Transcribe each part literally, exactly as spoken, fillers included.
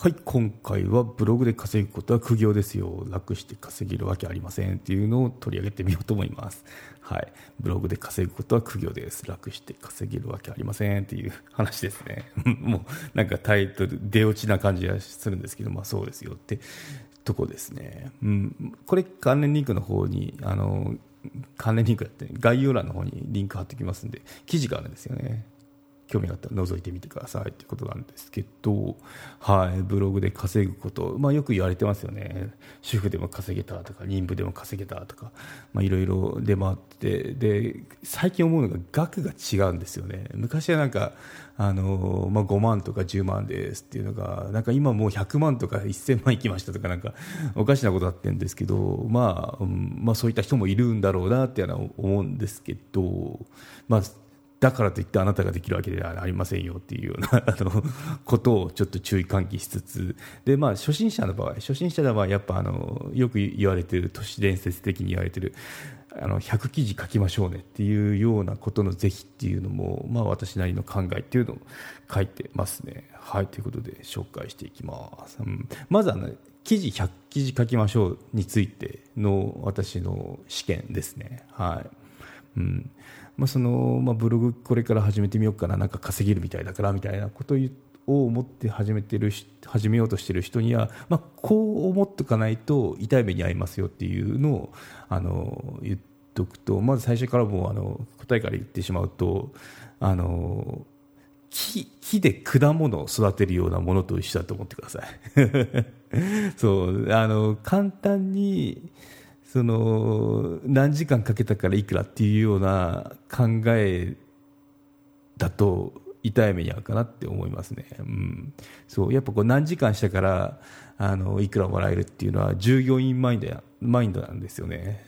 はい、今回はブログで稼ぐことは苦行ですよ、楽して稼げるわけありませんっていうのを取り上げてみようと思います。はい、ブログで稼ぐことは苦行です、楽して稼げるわけありませんっていう話ですね。もうなんかタイトル出落ちな感じがするんですけど、まあそうですよってとこですね。うん、これ関連リンクの方にあの関連リンクだって概要欄の方にリンク貼っておきますんで、記事があるんですよね。興味があったら覗いてみてくださいということなんですけど、はい、ブログで稼ぐこと、まあ、よく言われてますよね。主婦でも稼げたとか妊婦でも稼げたとか、まあ、いろいろ出回ってで最近思うのが額が違うんですよね。昔はなんかあの、まあ、ごまんとかじゅうまんですっていうのがなんか今もうひゃくまんとかせんまんいきましたとかなんかおかしなことだってんですけど、まあうんまあ、そういった人もいるんだろうなっていうのは思うんですけど、まあだからといってあなたができるわけではありませんよっていうようなあのことをちょっと注意喚起しつつで、まあ、初心者の場合初心者の場合やっぱあのよく言われている都市伝説的に言われているあのひゃく記事書きましょうねっていうようなことの是非っていうのも、まあ、私なりの考えっていうのを書いてますね。はいということで紹介していきます、うん、まずは、ね、記事ひゃく記事書きましょうについての私の試験ですね。はいうんまあそのまあ、ブログこれから始めてみようかな、なんか稼げるみたいだからみたいなことを思って始めてる始めようとしている人には、まあ、こう思っておかないと痛い目に遭いますよっていうのをあの言っておくと、まず最初からもうあの答えから言ってしまうと、あの 木, 木で果物を育てるようなものと一緒だと思ってください。そうあの簡単にその何時間かけたからいくらっていうような考えだと痛い目に遭うかなって思いますね。うん、そうやっぱこう何時間したからあのいくらもらえるっていうのは従業員マインドやマインドなんですよね。うん、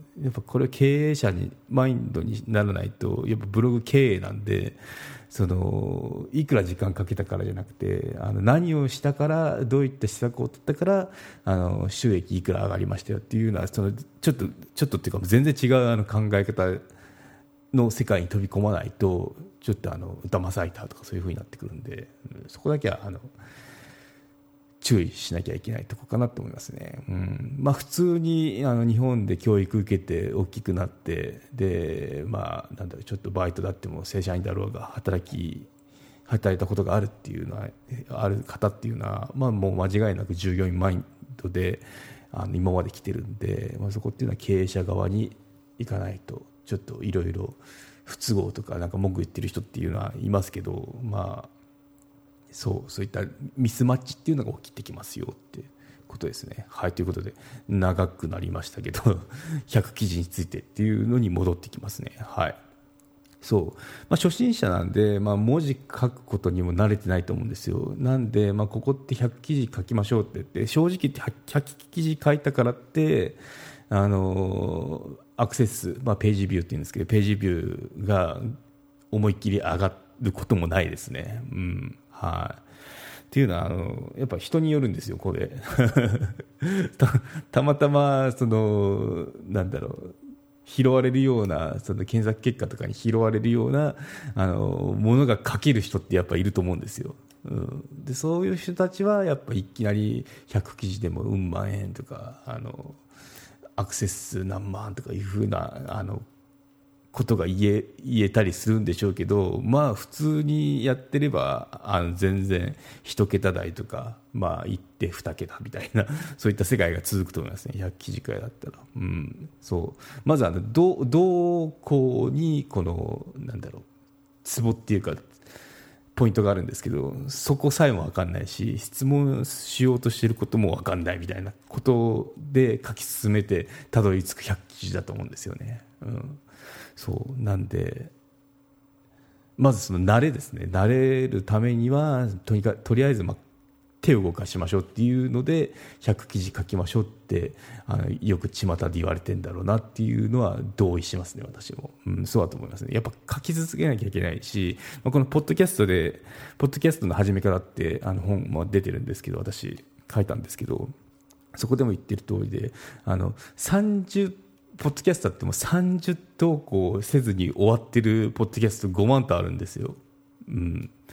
やっぱこれ経営者にマインドにならないとやっぱブログ経営なんで、そのいくら時間かけたからじゃなくてあの何をしたからどういった施策を取ったからあの収益いくら上がりましたよっていうのはそのちょっとちょっとっていうか全然違うあの考え方の世界に飛び込まないとちょっとあの騙されたとかそういう風になってくるんで、うん、そこだけはあの注意しなきゃいけないところかなと思いますね。うんまあ、普通にあの日本で教育受けて大きくなってで、まあ、なんだろうちょっとバイトだっても正社員だろうが働き働いたことがあるっていうのはある方っていうのは、まあ、もう間違いなく従業員マインドであの今まで来てるんで、まあ、そこっていうのは経営者側に行かないとちょっといろいろ不都合とかなんか文句言ってる人っていうのはいますけど、まあそうそういったミスマッチっていうのが起きてきますよってことですね。はいということで長くなりましたけどひゃく記事についてっていうのに戻ってきますね。はいそうまあ、初心者なんで、まあ、文字書くことにも慣れてないと思うんですよ。なんで、まあ、ここってひゃく記事書きましょうって言って正直言ってひゃく記事書いたからってあのアクセス数、まあ、ページビューって言うんですけどページビューが思いっきり上がることもないですね。うんはいっていうのはあのやっぱ人によるんですよこれた, たまたまそのなんだろう拾われるようなその検索結果とかに拾われるようなあのものが書ける人ってやっぱいると思うんですよ。うん、でそういう人たちはやっぱいきなりひゃく記事でもうん万円とかあのアクセス数何万とかいうふうなあのことが言え、言えたりするんでしょうけど、まあ普通にやってればあの全然一桁台とか、まあいって二桁みたいなそういった世界が続くと思いますね。ひゃく記事くらいだったら、うん、そうまずあのどどこにこのなんだろうツボっていうかポイントがあるんですけど、そこさえも分かんないし質問しようとしていることも分かんないみたいなことで書き進めてたどり着くひゃく記事だと思うんですよね。うんそうなんでまずその慣れですね。慣れるためにはとにかくとりあえずまあ手を動かしましょうっていうのでひゃく記事書きましょうってあのよく巷で言われてんだろうなっていうのは同意しますね私も、うん、そうだと思いますね。やっぱ書き続けなきゃいけないし、まあ、このポッドキャストでポッドキャストの始めからってあの本も出てるんですけど私書いたんですけどそこでも言ってる通りであのさんじゅうポッドキャストってもさんじゅう投稿せずに終わってるポッドキャストごまんとあるんですよ。うん、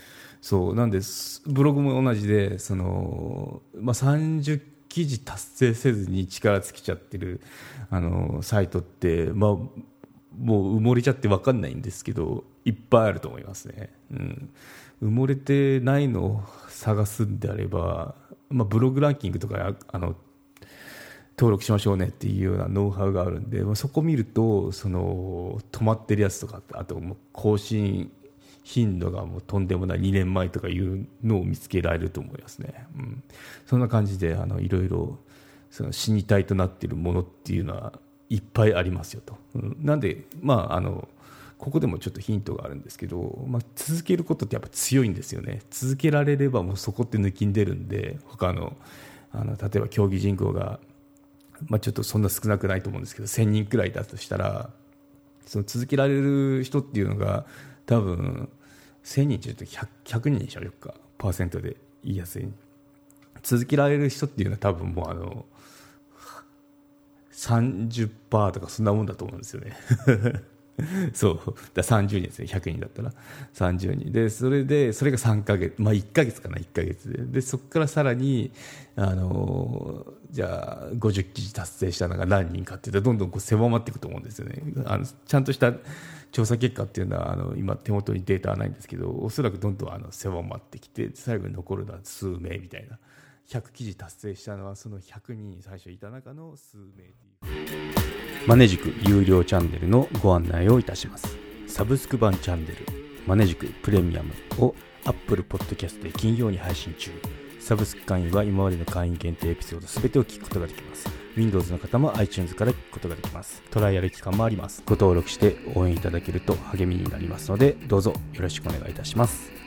そうなんですブログも同じでその、まあ、さんじゅっ記事達成せずに力尽きちゃってるあのサイトって、まあ、もう埋もれちゃって分かんないんですけどいっぱいあると思いますね、うん、埋もれてないのを探すんであれば、まあ、ブログランキングとかあの登録しましょうねっていうようなノウハウがあるんで、まあ、そこ見るとその止まってるやつとかあともう更新頻度がもうとんでもないにねんまえとかいうのを見つけられると思いますね、うん、そんな感じであのいろいろその死に体となっているものっていうのはいっぱいありますよと、うん、なんで、まあ、あのここでもちょっとヒントがあるんですけど、まあ、続けることってやっぱ強いんですよね。続けられればもうそこって抜きんでるんで他の、あの例えば競技人口が、まあ、ちょっとそんな少なくないと思うんですけどせんにんくらいだとしたらその続けられる人っていうのが多分せんにん中 ひゃく, ひゃくにんにしようかパーセントで言いやすい続けられる人っていうのは多分もうあの さんじゅっパーセント とかそんなもんだと思うんですよねそうださんじゅうにんですねひゃくにんだったらさんじゅうにんでそれでそれがさんかげつまあいっかげつかないっかげつででそこからさらにあのじゃあごじゅっ記事達成したのが何人かっていうとどんどんこう狭まっていくと思うんですよね。あのちゃんとした調査結果っていうのはあの今手元にデータはないんですけどおそらくどんどんあの狭まってきて最後に残るのは数名みたいなひゃく記事達成したのはそのひゃくにん最初いた中の数名というマネジク有料チャンネルのご案内をいたします。サブスク版チャンネルマネジクプレミアムを Apple Podcast で金曜に配信中。サブスク会員は今までの会員限定エピソード全てを聞くことができます。 Windows の方も iTunes から聞くことができます。トライアル期間もあります。ご登録して応援いただけると励みになりますのでどうぞよろしくお願いいたします。